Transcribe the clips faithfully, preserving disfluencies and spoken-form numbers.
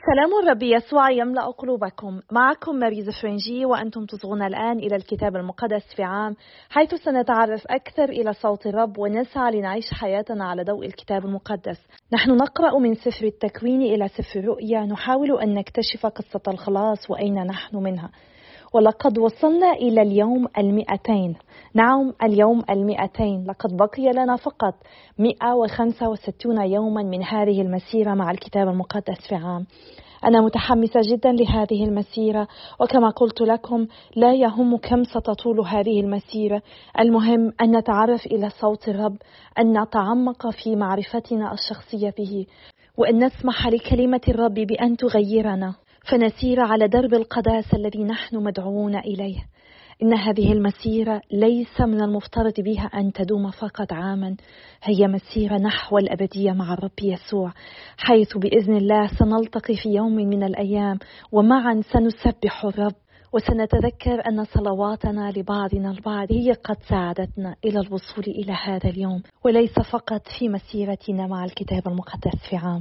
سلام الرب يسوع يملأ قلوبكم. معكم ماريز فرنجي، وأنتم تصغون الآن إلى الكتاب المقدس في عام، حيث سنتعرف أكثر إلى صوت الرب ونسعى لنعيش حياتنا على ضوء الكتاب المقدس. نحن نقرأ من سفر التكوين إلى سفر الرؤيا، نحاول أن نكتشف قصة الخلاص وأين نحن منها. ولقد وصلنا إلى اليوم المئتين. نعم، اليوم المئتين. لقد بقي لنا فقط مئة وخمسة وستون يوما من هذه المسيرة مع الكتاب المقدس في عام. أنا متحمسة جدا لهذه المسيرة، وكما قلت لكم لا يهم كم ستطول هذه المسيرة، المهم أن نتعرف إلى صوت الرب، أن نتعمق في معرفتنا الشخصية به، وأن نسمح لكلمة الرب بأن تغيرنا فنسير على درب القداسة الذي نحن مدعوون إليه. إن هذه المسيرة ليس من المفترض بها أن تدوم فقط عاما، هي مسيرة نحو الأبدية مع الرب يسوع، حيث بإذن الله سنلتقي في يوم من الأيام ومعا سنسبح الرب، وسنتذكر أن صلواتنا لبعضنا البعض هي قد ساعدتنا إلى الوصول إلى هذا اليوم، وليس فقط في مسيرتنا مع الكتاب المقدس في عام.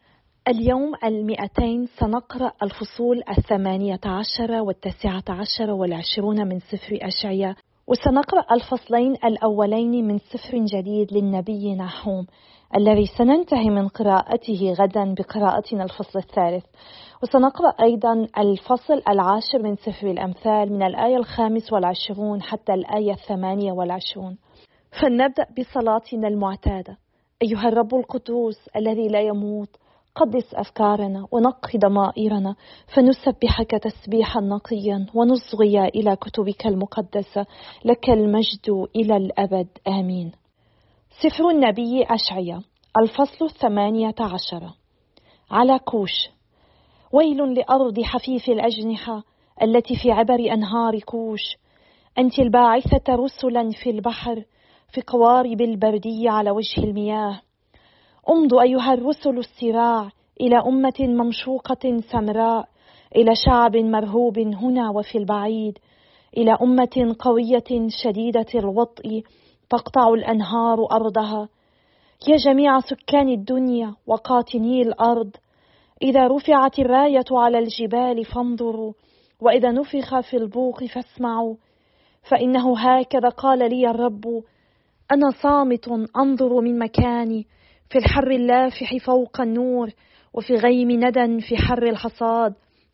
اليوم المئتين سنقرأ الفصول الثمانية عشر والتاسعة عشر والعشرون من سفر أشعياء، وسنقرأ الفصلين الأولين من سفر جديد للنبي نحوم الذي سننتهي من قراءته غدا بقراءتنا الفصل الثالث. وسنقرأ أيضا الفصل العاشر من سفر الأمثال من الآية الخامس والعشرون حتى الآية الثمانية والعشرون. فلنبدأ بصلاتنا المعتادة. أيها الرب القدوس الذي لا يموت، قدس أفكارنا ونقي ضمائرنا فنسبحك تسبيحا نقيا ونصغي إلى كتبك المقدسة، لك المجد إلى الأبد آمين. سفر النبي أشعياء، الفصل الثمانية عشر. على كوش. ويل لأرض حفيف الأجنحة التي في عبر أنهار كوش، أنت الباعثة رسلا في البحر، في قوارب البردية على وجه المياه. امضوا أيها الرسل السراع إلى أمة ممشوقة سمراء، إلى شعب مرهوب هنا وفي البعيد، إلى أمة قوية شديدة الوطء تقطع الأنهار أرضها. يا جميع سكان الدنيا وقاطني الأرض، إذا رفعت الراية على الجبال فانظروا، وإذا نفخ في البوق فاسمعوا. فإنه هكذا قال لي الرب، أنا صامت أنظر من مكاني، في الحر اللافح فوق النور، وفي غيم ندى في حر الحصاد.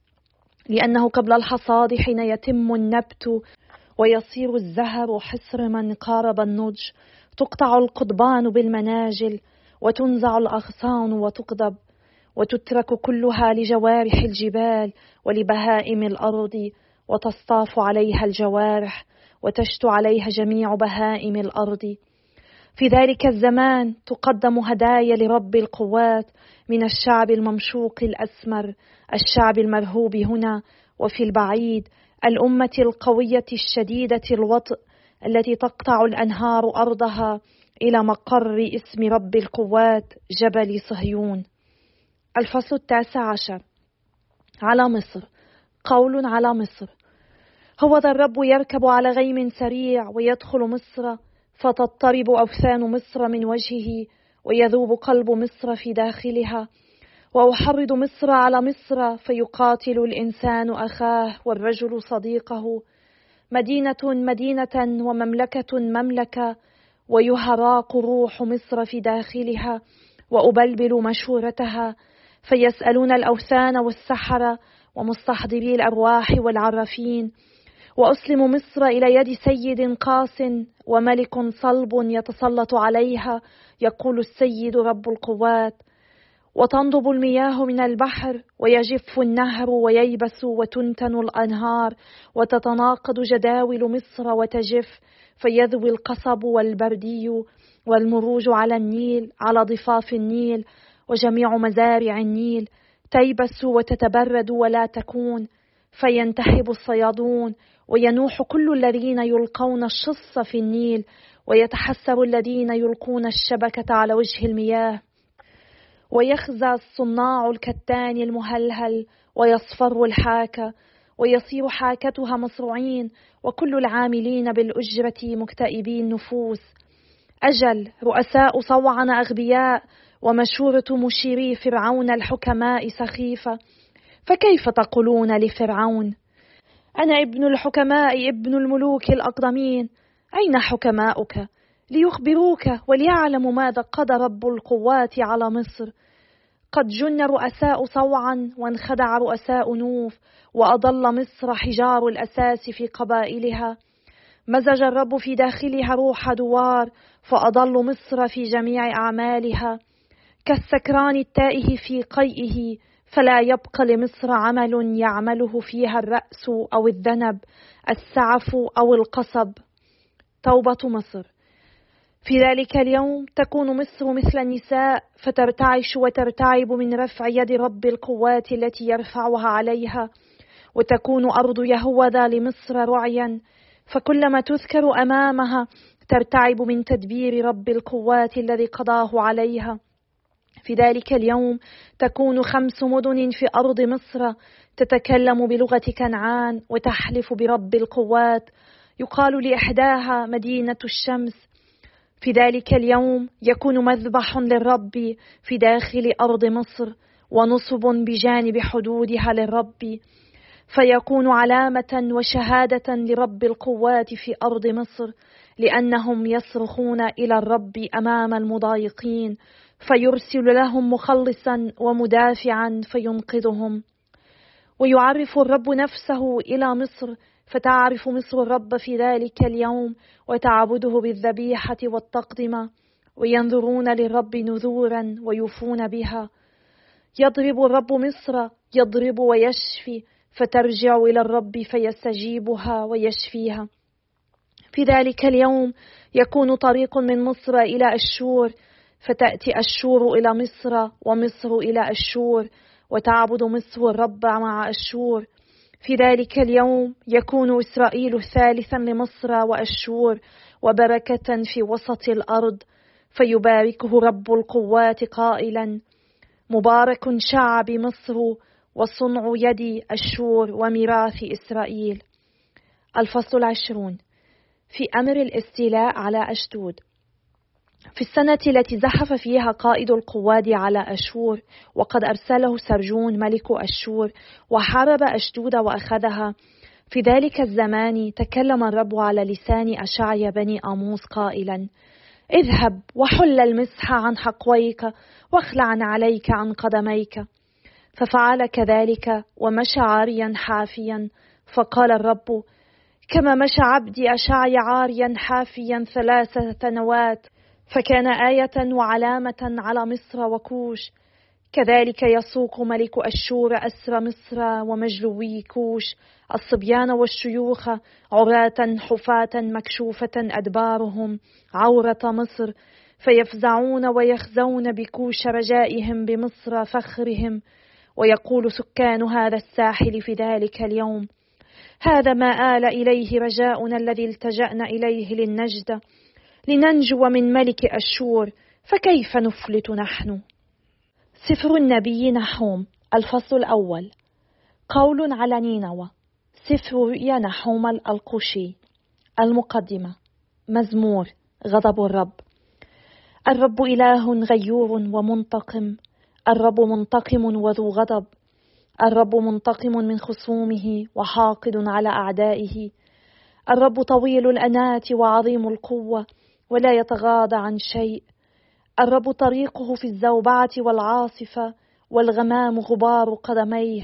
لأنه قبل الحصاد حين يتم النبت ويصير الزهر حصر من قارب النضج، تقطع القضبان بالمناجل، وتنزع الأغصان وتقضب، وتترك كلها لجوارح الجبال ولبهائم الأرض، وتصطاف عليها الجوارح، وتشتو عليها جميع بهائم الأرض. في ذلك الزمان تقدم هدايا لرب القوات من الشعب الممشوق الأسمر، الشعب المرهوب هنا وفي البعيد، الأمة القوية الشديدة الوطء التي تقطع الأنهار أرضها، إلى مقر اسم رب القوات جبل صهيون. الفصل التاسع عشر. على مصر. قول على مصر. هو ذا الرب يركب على غيم سريع ويدخل مصر، فتضطرب أوثان مصر من وجهه، ويذوب قلب مصر في داخلها. وأحرض مصر على مصر، فيقاتل الإنسان أخاه والرجل صديقه. مدينة مدينة ومملكة مملكة، ويهراق روح مصر في داخلها، وأبلبل مشورتها. فيسألون الأوثان والسحرة ومستحضري الأرواح والعرافين. وأسلم مصر إلى يد سيد قاس وملك صلب يتسلط عليها، يقول السيد رب القوات. وتنضب المياه من البحر، ويجف النهر وييبس، وتنتن الأنهار، وتتناقض جداول مصر وتجف، فيذوي القصب والبردي والمروج على النيل، على ضفاف النيل، وجميع مزارع النيل تيبس وتتبرد ولا تكون. فينتحب الصيادون، وينوح كل الذين يلقون الشص في النيل، ويتحسر الذين يلقون الشبكة على وجه المياه. ويخزى الصناع الكتان المهلهل، ويصفر الحاكة، ويصير حاكتها مصروعين، وكل العاملين بالأجرة مكتئبين نفوس. أجل رؤساء صوعن أغبياء، ومشورة مشيري فرعون الحكماء سخيفة. فكيف تقولون لفرعون: أنا ابن الحكماء ابن الملوك الأقدمين؟ أين حكماؤك ليخبروك وليعلموا ماذا قضى رب القوات على مصر؟ قد جن رؤساء صوعا وانخدع رؤساء نوف، وأضل مصر حجار الأساس في قبائلها. مزج الرب في داخلها روح دوار، فأضل مصر في جميع أعمالها. كالسكران التائه في قيئه، فلا يبقى لمصر عمل يعمله فيها الرأس أو الذنب، السعف أو القصب. توبة مصر. في ذلك اليوم تكون مصر مثل النساء، فترتعش وترتعب من رفع يد رب القوات التي يرفعها عليها، وتكون أرض يهوذا لمصر رعيا، فكلما تذكر أمامها ترتعب من تدبير رب القوات الذي قضاه عليها. في ذلك اليوم تكون خمس مدن في أرض مصر تتكلم بلغة كنعان وتحلف برب القوات، يقال لإحداها مدينة الشمس. في ذلك اليوم يكون مذبح للرب في داخل أرض مصر، ونصب بجانب حدودها للرب، فيكون علامة وشهادة لرب القوات في أرض مصر، لأنهم يصرخون إلى الرب أمام المضايقين، فيرسل لهم مخلصا ومدافعا فينقذهم. ويعرف الرب نفسه إلى مصر، فتعرف مصر الرب في ذلك اليوم، وتعبده بالذبيحة والتقدمة، وينظرون للرب نذورا ويوفون بها. يضرب الرب مصر، يضرب ويشفي، فترجع إلى الرب فيستجيبها ويشفيها. في ذلك اليوم يكون طريق من مصر إلى أشور، فتأتي أشور إلى مصر ومصر إلى أشور، وتعبد مصر الرب مع أشور. في ذلك اليوم يكون إسرائيل ثالثا لمصر وأشور، وبركة في وسط الأرض، فيباركه رب القوات قائلا: مبارك شعب مصر وصنع يد أشور وميراث إسرائيل. الفصل العشرون في أمر الاستيلاء على أشدود. في السنة التي زحف فيها قائد القواد على أشور، وقد أرسله سرجون ملك أشور وحارب أشدود وأخذها، في ذلك الزمان تكلم الرب على لسان أشعيا بني آموس قائلا: اذهب وحل المسح عن حقويك، واخلع عليك عن قدميك. ففعل كذلك، ومشى عاريا حافيا. فقال الرب: كما مشى عبدي أشعيا عاريا حافيا ثلاثة سنوات، فكان آية وعلامة على مصر وكوش، كذلك يسوق ملك أشور أسر مصر ومجلوي كوش، الصبيان والشيوخ عراة حفاة مكشوفة أدبارهم عورة مصر، فيفزعون ويخزون بكوش رجائهم بمصر فخرهم. ويقول سكان هذا الساحل في ذلك اليوم: هذا ما آل إليه رجاؤنا الذي التجأنا إليه للنجد، لننجو من ملك أشور، فكيف نفلت نحن؟ سفر النبي نحوم. الفصل الأول. قول على نينوى. سفر رؤيا نحوم القشي. المقدمة. مزمور. غضب الرب. الرب إله غيور ومنتقم، الرب منتقم وذو غضب، الرب منتقم من خصومه وحاقد على أعدائه. الرب طويل الأنات وعظيم القوة، ولا يتغاضى عن شيء. الرب طريقه في الزوبعة والعاصفة، والغمام غبار قدميه.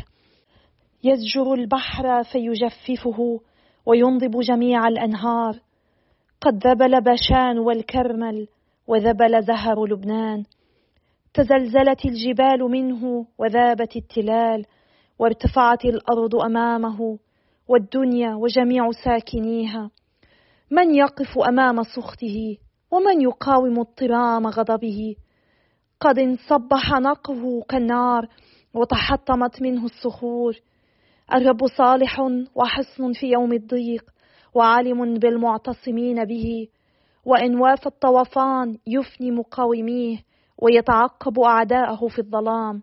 يزجر البحر فيجففه، وينضب جميع الأنهار. قد ذبل باشان والكرمل، وذبل زهر لبنان. تزلزلت الجبال منه، وذابت التلال، وارتفعت الأرض أمامه، والدنيا وجميع ساكنيها. من يقف أمام سخطه؟ ومن يقاوم اضطرام غضبه؟ قد انصب حنقه كالنار، وتحطمت منه الصخور. الرب صالح وحصن في يوم الضيق، وعالم بالمعتصمين به. وإن واف الطوفان يفني مقاوميه، ويتعقب أعداءه في الظلام.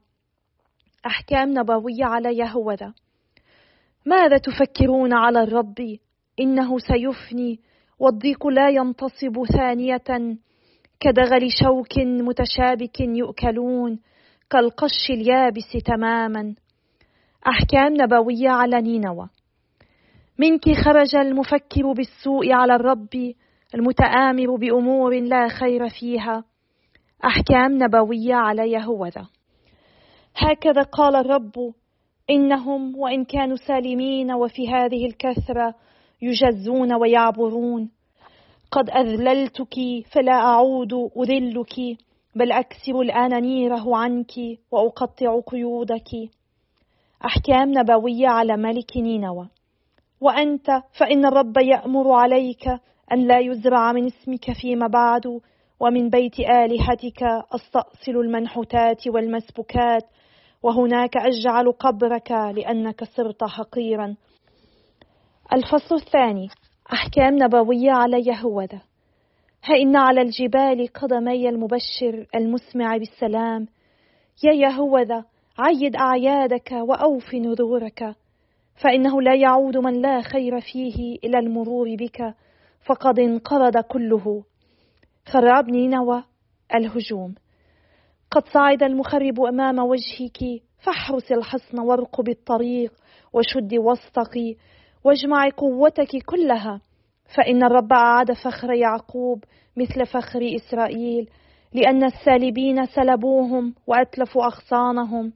أحكام نبوية على يهوذا. ماذا تفكرون على الرب؟ إنه سيفني، والضيق لا ينتصب ثانية. كدغل شوك متشابك يؤكلون، كالقش اليابس تماما. أحكام نبوية على نينوى. منك خرج المفكر بالسوء على الرب، المتآمر بأمور لا خير فيها. أحكام نبوية على يهوذا. هكذا قال الرب: إنهم وإن كانوا سالمين وفي هذه الكثرة يجزون ويعبرون. قد أذللتك فلا أعود أذلك، بل أكسر الآن نيره عنك وأقطع قيودك. أحكام نبوية على ملك نينوى. وأنت فإن الرب يأمر عليك أن لا يزرع من اسمك فيما بعد، ومن بيت آلهتك أستأصل المنحوتات والمسبكات، وهناك أجعل قبرك لأنك صرت حقيرا. الفصل الثاني. أحكام نبوية على يهوذا. ها إن على الجبال قدمي المبشر المسمع بالسلام. يا يهوذا عيد أعيادك وأوف نذورك، فإنه لا يعود من لا خير فيه إلى المرور بك، فقد انقرض كله. خراب نينوى الهجوم. قد صعد المخرب أمام وجهك، فاحرس الحصن وارقب الطريق وشد وسطك واجمع قوتك كلها، فإن الرب أعاد فخر يعقوب مثل فخر إسرائيل، لأن السالبين سلبوهم وأتلفوا أغصانهم.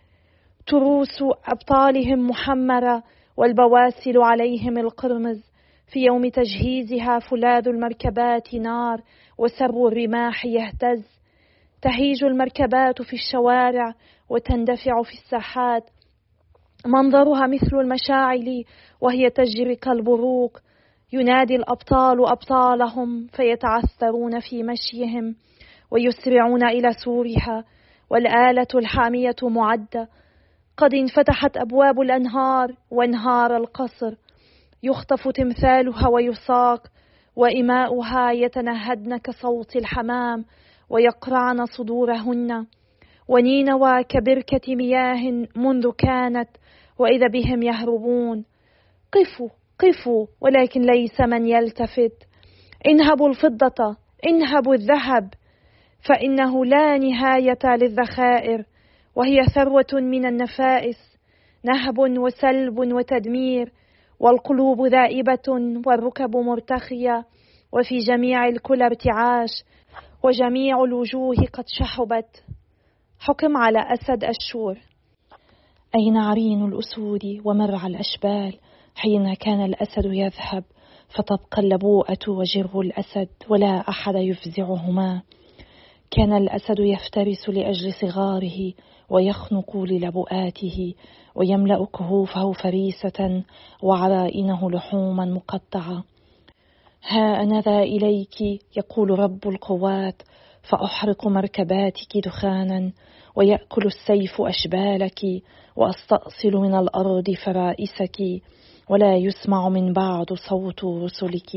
تروس أبطالهم محمرة، والبواسل عليهم القرمز. في يوم تجهيزها فولاذ المركبات نار، وسر الرماح يهتز. تهيج المركبات في الشوارع وتندفع في الساحات، منظرها مثل المشاعل وهي تجري كالبروق. ينادي الأبطال أبطالهم فيتعثرون في مشيهم ويسرعون إلى سورها، والآلة الحامية معدة. قد انفتحت أبواب الأنهار وانهار القصر، يخطف تمثالها ويساق، وإماؤها يتنهدن كصوت الحمام ويقرعن صدورهن. ونينوى كبركة مياه منذ كانت، وإذا بهم يهربون. قفوا قفوا، ولكن ليس من يلتفت. انهبوا الفضة، انهبوا الذهب، فإنه لا نهاية للذخائر، وهي ثروة من النفائس. نهب وسلب وتدمير، والقلوب ذائبة والركب مرتخية، وفي جميع الكلى ارتعاش، وجميع الوجوه قد شحبت. حكم على أسد أشور. أين عرين الأسود ومرعى الأشبال، حين كان الأسد يذهب فتبقى اللبوءة وجرب الأسد، ولا أحد يفزعهما. كان الأسد يفترس لأجل صغاره، ويخنق للبؤاته، ويملأ كهوفه فريسة وعرائنه لحوما مقطعة. ها أنا ذا إليك، يقول رب القوات، فأحرق مركباتك دخانا، ويأكل السيف أشبالك، وأستأصل من الأرض فرائسك، ولا يسمع من بعد صوت رسلك.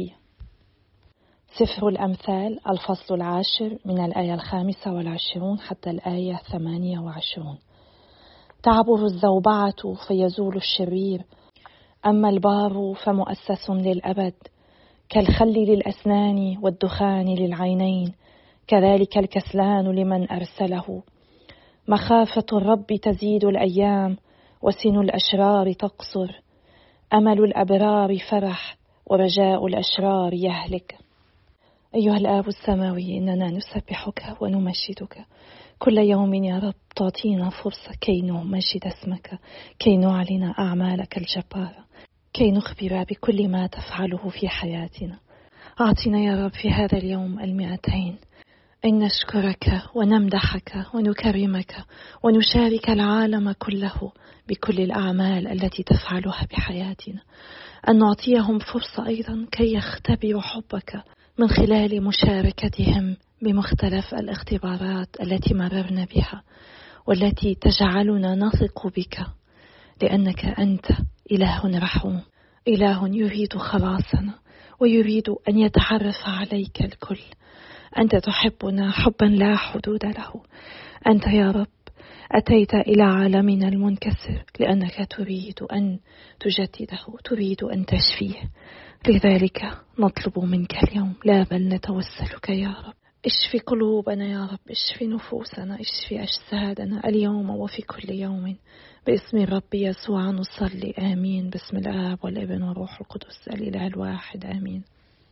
سفر الأمثال الفصل العاشر من الآية الخامسة والعشرون حتى الآية الثمانية وعشرون. تعبر الزوبعة فيزول الشرير، أما البار فمؤسس للأبد. كالخل للأسنان والدخان للعينين، كذلك الكسلان لمن أرسله. مخافة الرب تزيد الأيام، وسن الأشرار تقصر. أمل الأبرار فرح، ورجاء الأشرار يهلك. أيها الآب السماوي، إننا نسبحك ونمجدك كل يوم يا رب. تعطينا فرصة كي نمجد اسمك، كي نعلن أعمالك الجبارة، كي نخبر بكل ما تفعله في حياتنا. أعطينا يا رب في هذا اليوم المئتين أن نشكرك ونمدحك ونكرمك ونشارك العالم كله بكل الأعمال التي تفعلها بحياتنا، أن نعطيهم فرصة أيضا كي يختبروا حبك من خلال مشاركتهم بمختلف الاختبارات التي مررنا بها، والتي تجعلنا نثق بك، لأنك أنت إله رحوم، إله يريد خلاصنا ويريد أن يتعرف عليك الكل. أنت تحبنا حبا لا حدود له. أنت يا رب أتيت إلى عالمنا المنكسر لأنك تريد أن تجدده، تريد أن تشفيه. لذلك نطلب منك اليوم، لا بل نتوسلك يا رب اشفي قلوبنا يا رب، اشفي نفوسنا، اشفي أجسادنا اليوم وفي كل يوم. باسم الرب يسوع نصلي، آمين. باسم الآب والابن والروح القدس الإله الواحد، آمين.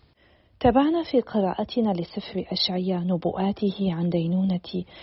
تابعنا في قراءتنا لسفر أشعياء نبوءاته عن دينونة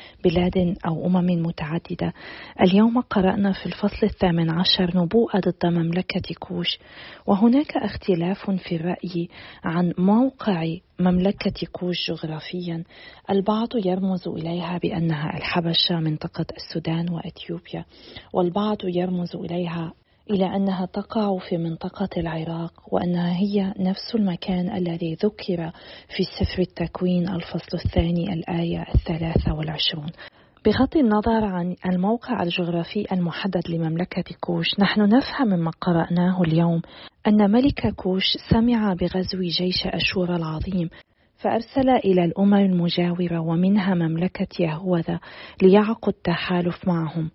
بلاد أو أمم متعددة. اليوم قرأنا في الفصل الثامن عشر نبوءة ضد مملكة كوش، وهناك اختلاف في الرأي عن موقع مملكة كوش جغرافيا. البعض يرمز إليها بأنها الحبشة منطقة السودان وأثيوبيا، والبعض يرمز إليها إلى أنها تقع في منطقة العراق، وأنها هي نفس المكان الذي ذكر في سفر التكوين الفصل الثاني الآية الثلاثة والعشرون. بغض النظر عن الموقع الجغرافي المحدد لمملكة كوش، نحن نفهم مما قرأناه اليوم أن ملك كوش سمع بغزو جيش أشور العظيم، فأرسل إلى الأمم المجاورة ومنها مملكة يهوذا ليعقد تحالف معهم.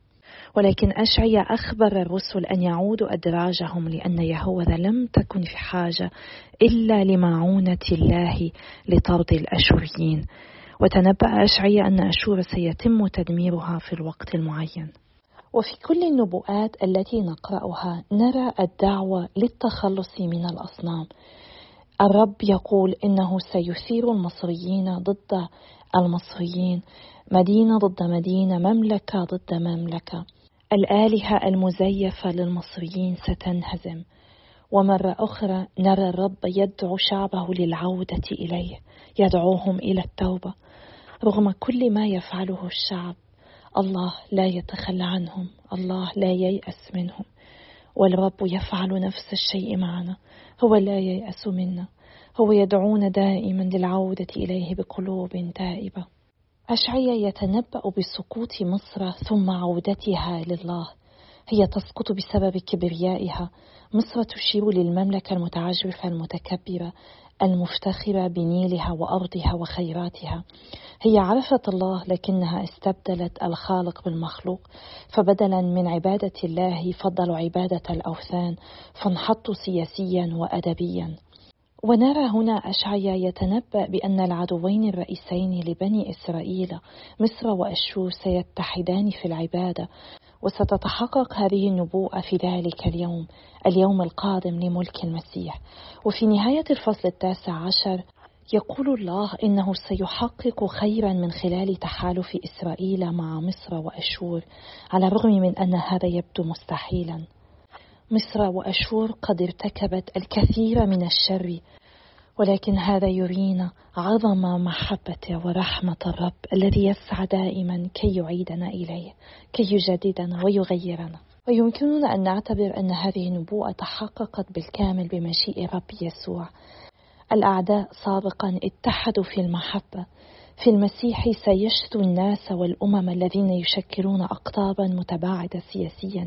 ولكن أشعياء أخبر الرسل أن يعودوا أدراجهم، لأن يهوذا لم تكن في حاجة إلا لمعونة الله لطرد الأشوريين. وتنبأ أشعياء أن أشور سيتم تدميرها في الوقت المعين. وفي كل النبوءات التي نقرأها نرى الدعوة للتخلص من الأصنام. الرب يقول إنه سيثير المصريين ضد المصريين، مدينة ضد مدينة، مملكة ضد مملكة. الآلهة المزيفة للمصريين ستنهزم. ومرة أخرى نرى الرب يدعو شعبه للعودة إليه، يدعوهم إلى التوبة. رغم كل ما يفعله الشعب، الله لا يتخلى عنهم، الله لا ييأس منهم، والرب يفعل نفس الشيء معنا. هو لا ييأس منا، هو يدعونا دائما للعودة إليه بقلوب تائبة. أشعياء يتنبأ بسقوط مصر ثم عودتها لله. هي تسقط بسبب كبريائها. مصر تشير للمملكة المتعجرفة المتكبرة المفتخرة بنيلها وأرضها وخيراتها. هي عرفت الله لكنها استبدلت الخالق بالمخلوق، فبدلا من عبادة الله فضلوا عبادة الأوثان، فانحطوا سياسيا وأدبيا. ونرى هنا أشعياء يتنبأ بأن العدوين الرئيسين لبني إسرائيل مصر وأشور سيتحدان في العبادة، وستتحقق هذه النبوءة في ذلك اليوم، اليوم القادم لملك المسيح. وفي نهاية الفصل التاسع عشر يقول الله إنه سيحقق خيرا من خلال تحالف إسرائيل مع مصر وأشور، على الرغم من أن هذا يبدو مستحيلا. مصر وأشور قد ارتكبت الكثير من الشر، ولكن هذا يرينا عظم محبة ورحمة الرب الذي يسعى دائما كي يعيدنا إليه، كي يجددنا ويغيرنا. ويمكننا أن نعتبر أن هذه النبوءة تحققت بالكامل بمجيء الرب يسوع. الأعداء سابقا اتحدوا في المحبة. في المسيح سيشتو الناس والأمم الذين يشكلون أقطابا متباعدة سياسيا،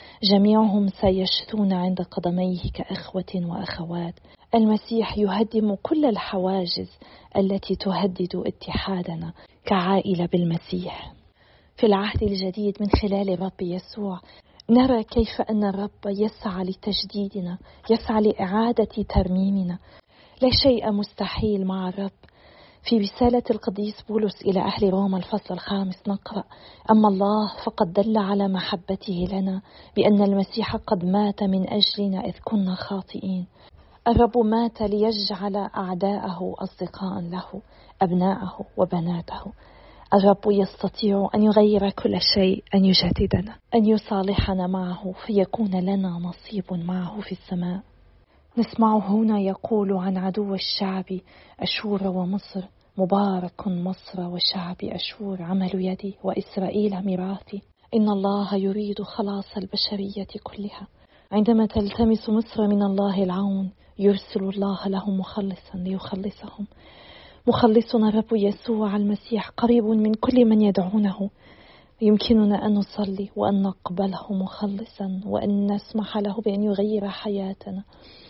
جميعهم سيشتون عند قدميه كأخوة وأخوات. المسيح يهدم كل الحواجز التي تهدد اتحادنا كعائلة بالمسيح. في العهد الجديد من خلال الرب يسوع نرى كيف أن الرب يسعى لتجديدنا، يسعى لإعادة ترميمنا. لا شيء مستحيل مع الرب. في رسالة القديس بولس إلى أهل روما الفصل الخامس نقرأ: أما الله فقد دل على محبته لنا بأن المسيح قد مات من أجلنا إذ كنا خاطئين. الرب مات ليجعل أعداءه أصدقاء له، أبناءه وبناته. الرب يستطيع أن يغير كل شيء، أن يجددنا، أن يصالحنا معه، فيكون لنا نصيب معه في السماء. نسمع هنا يقول عن عدو الشعب أشور ومصر: مبارك مصر وشعب أشور، عمل يدي، وإسرائيل ميراثي. إن الله يريد خلاص البشرية كلها. عندما تلتمس مصر من الله العون يرسل الله لهم مخلصا ليخلصهم. مخلصنا الرب يسوع المسيح قريب من كل من يدعونه. يمكننا أن نصلي وأن نقبله مخلصا، وأن نسمح له بأن يغير حياتنا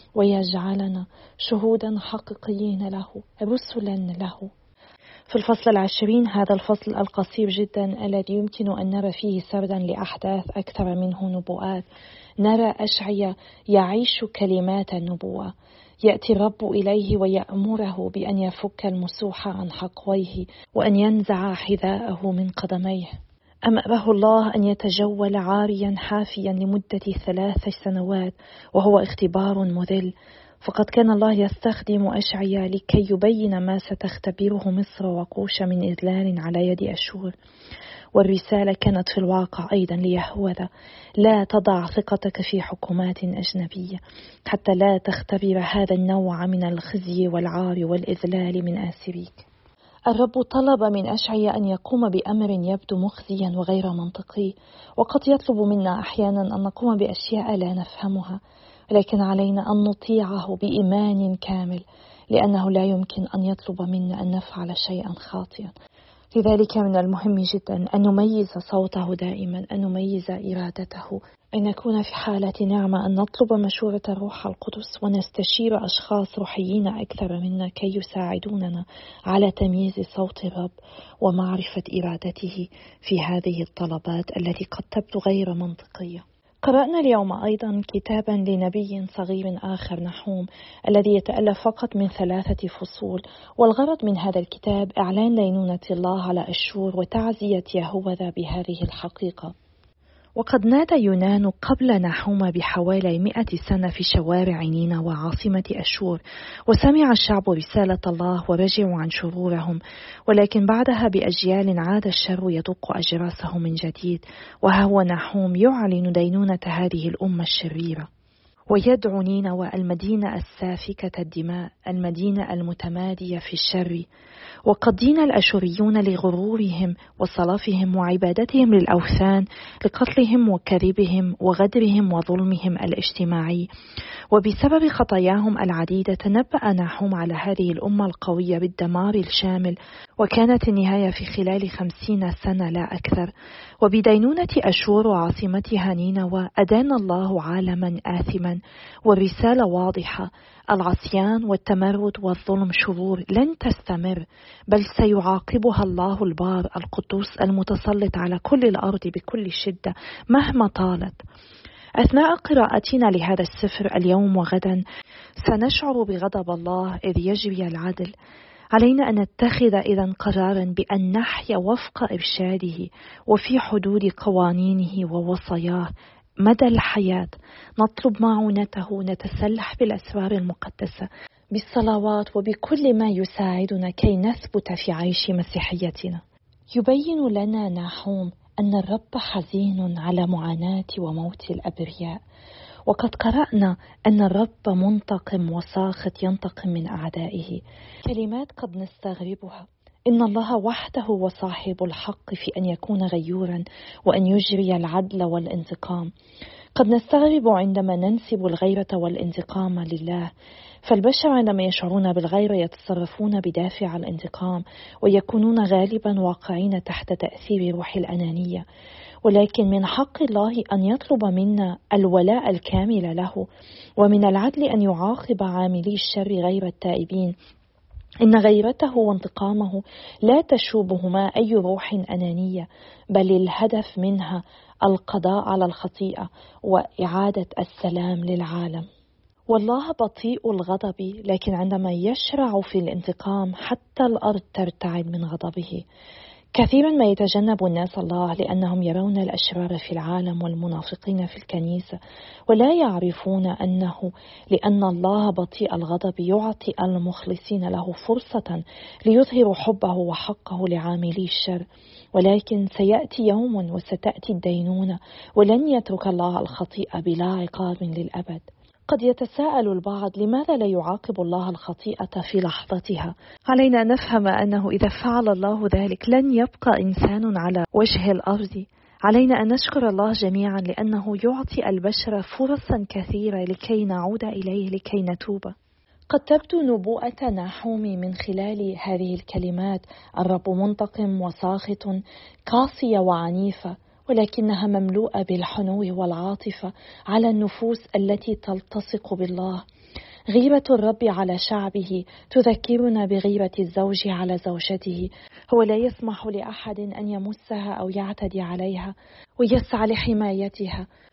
ويجعلنا شهودا حقيقيين له، رسلا له. في الفصل العشرين، هذا الفصل القصير جدا الذي يمكن أن نرى فيه سردا لأحداث أكثر منه نبوءات، نرى أشعياء يعيش كلمات النبوة، يأتي الرب إليه ويأمره بأن يفك المسوح عن حقويه وأن ينزع حذاءه من قدميه. أمره الله أن يتجول عاريا حافيا لمدة ثلاث سنوات، وهو اختبار مذل، فقد كان الله يستخدم أشعيا لكي يبين ما ستختبره مصر وقوش من إذلال على يد أشور. والرسالة كانت في الواقع أيضا ليهوذا: لا تضع ثقتك في حكومات أجنبية حتى لا تختبر هذا النوع من الخزي والعار والإذلال من آسريك. الرب طلب من أشعيا أن يقوم بأمر يبدو مخزيا وغير منطقي، وقد يطلب منا أحيانا أن نقوم بأشياء لا نفهمها، لكن علينا أن نطيعه بإيمان كامل، لأنه لا يمكن أن يطلب منا أن نفعل شيئا خاطئا. لذلك من المهم جدا أن نميز صوته دائما، أن نميز إرادته، أن نكون في حالة نعمة، أن نطلب مشورة الروح القدس ونستشير أشخاص روحيين أكثر منا كي يساعدوننا على تمييز صوت الرب ومعرفة إرادته في هذه الطلبات التي قد تبدو غير منطقية. قرأنا اليوم أيضا كتابا لنبي صغير آخر، نحوم، الذي يتألف فقط من ثلاثة فصول، والغرض من هذا الكتاب إعلان دينونة الله على أشور وتعزية يهوذا بهذه الحقيقة. وقد نادى يونان قبل نحوم بحوالي مئة سنة في شوارع نينوى عاصمة أشور، وسمع الشعب رسالة الله ورجعوا عن شرورهم، ولكن بعدها بأجيال عاد الشر يدق أجراسه من جديد، وها هو نحوم يعلن دينونة هذه الأمة الشريرة، ويدعو نينوى المدينة السافكة الدماء، المدينة المتمادية في الشر. وقد دين الأشوريون لغرورهم وصلافهم وعبادتهم للأوثان، لقتلهم وكذبهم وغدرهم وظلمهم الاجتماعي. وبسبب خطاياهم العديدة تنبأ نحوم على هذه الأمة القوية بالدمار الشامل، وكانت النهاية في خلال خمسين سنة لا أكثر. وبدينونة أشور وعاصمتها نينوى أدان الله عالما آثما، والرسالة واضحة: العصيان والتمرد والظلم شرور لن تستمر، بل سيعاقبها الله البار القدوس المتسلط على كل الأرض بكل شدة مهما طالت. أثناء قراءتنا لهذا السفر اليوم وغدا سنشعر بغضب الله إذ يجري العدل. علينا أن نتخذ إذن قرارا بأن نحيا وفق إرشاده وفي حدود قوانينه ووصاياه مدى الحياة، نطلب معونته، نتسلح بالأسرار المقدسة، بالصلوات وبكل ما يساعدنا كي نثبت في عيش مسيحيتنا. يبين لنا نحوم أن الرب حزين على معاناة وموت الأبرياء، وقد قرأنا أن الرب منتقم وساخط ينتقم من أعدائه، كلمات قد نستغربها. إن الله وحده هو صاحب الحق في أن يكون غيورا وأن يجري العدل والانتقام. قد نستغرب عندما ننسب الغيرة والانتقام لله، فالبشر عندما يشعرون بالغيرة يتصرفون بدافع الانتقام ويكونون غالبا واقعين تحت تأثير روح الأنانية. ولكن من حق الله أن يطلب منا الولاء الكامل له، ومن العدل أن يعاقب عاملي الشر غير التائبين. إن غيرته وانتقامه لا تشوبهما أي روح أنانية، بل الهدف منها القضاء على الخطيئة وإعادة السلام للعالم. والله بطيء الغضب، لكن عندما يشرع في الانتقام حتى الأرض ترتعد من غضبه. كثيرا ما يتجنب الناس الله لأنهم يرون الأشرار في العالم والمنافقين في الكنيسة، ولا يعرفون أنه لأن الله بطيء الغضب يعطي المخلصين له فرصة ليظهروا حبه وحقه لعاملي الشر. ولكن سيأتي يوم وستأتي الدينونة، ولن يترك الله الخطيئة بلا عقاب للأبد. قد يتساءل البعض: لماذا لا يعاقب الله الخطيئة في لحظتها؟ علينا أن نفهم أنه إذا فعل الله ذلك لن يبقى إنسان على وجه الأرض. علينا أن نشكر الله جميعا لأنه يعطي البشر فرصا كثيرة لكي نعود إليه، لكي نتوب. قد تبدو نبوءة نحوم من خلال هذه الكلمات: الرب منتقم وساخط، قاسية وعنيفة، ولكنها مملوءة بالحنو والعاطفة على النفوس التي تلتصق بالله. غيرة الرب على شعبه تذكرنا بغيرة الزوج على زوجته. هو لا يسمح لأحد أن يمسها أو يعتدي عليها، ويسعى لحمايتها،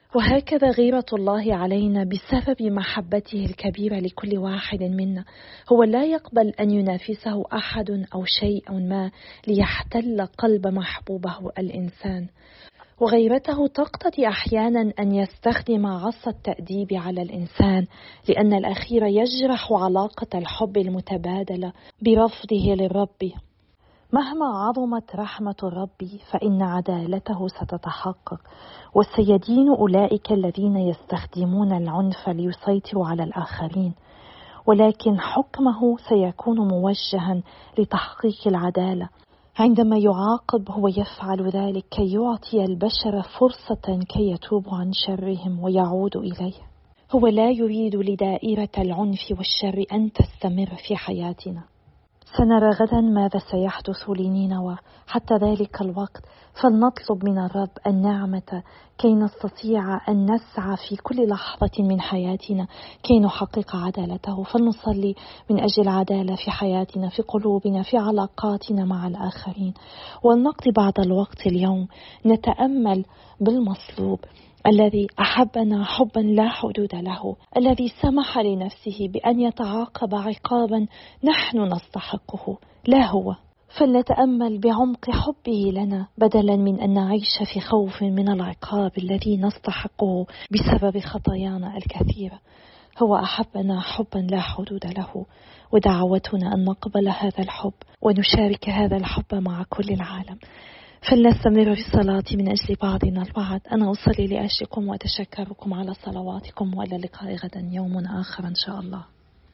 وهكذا غيرة الله علينا بسبب محبته الكبيرة لكل واحد منا. هو لا يقبل أن ينافسه أحد أو شيء ما ليحتل قلب محبوبه الإنسان. وغيرته تقتضي أحيانا أن يستخدم عصا التأديب على الإنسان، لأن الأخير يجرح علاقة الحب المتبادلة برفضه للرب. مهما عظمت رحمة الرب فإن عدالته ستتحقق، وسيدين أولئك الذين يستخدمون العنف ليسيطروا على الآخرين، ولكن حكمه سيكون موجها لتحقيق العدالة. عندما يعاقب هو يفعل ذلك كي يعطي البشر فرصة كي يتوبوا عن شرهم ويعودوا إليه. هو لا يريد لدائرة العنف والشر أن تستمر في حياتنا. سنرى غدا ماذا سيحدث لنينوى. حتى ذلك الوقت فلنطلب من الرب النعمة كي نستطيع أن نسعى في كل لحظة من حياتنا كي نحقق عدالته. فلنصلي من أجل عدالة في حياتنا، في قلوبنا، في علاقاتنا مع الآخرين. ولنقضي بعض الوقت اليوم نتأمل بالمصلوب الذي أحبنا حبا لا حدود له، الذي سمح لنفسه بأن يتعاقب عقابا نحن نستحقه لا هو. فلنتأمل بعمق حبه لنا بدلا من أن نعيش في خوف من العقاب الذي نستحقه بسبب خطايانا الكثيرة. هو أحبنا حبا لا حدود له، ودعوتنا أن نقبل هذا الحب ونشارك هذا الحب مع كل العالم. فلنستمر في الصلاة من أجل بعضنا البعض. أنا أصلي لأجلكم وأتشكركم على صلواتكم، وإلى اللقاء غدا يوم آخر إن شاء الله.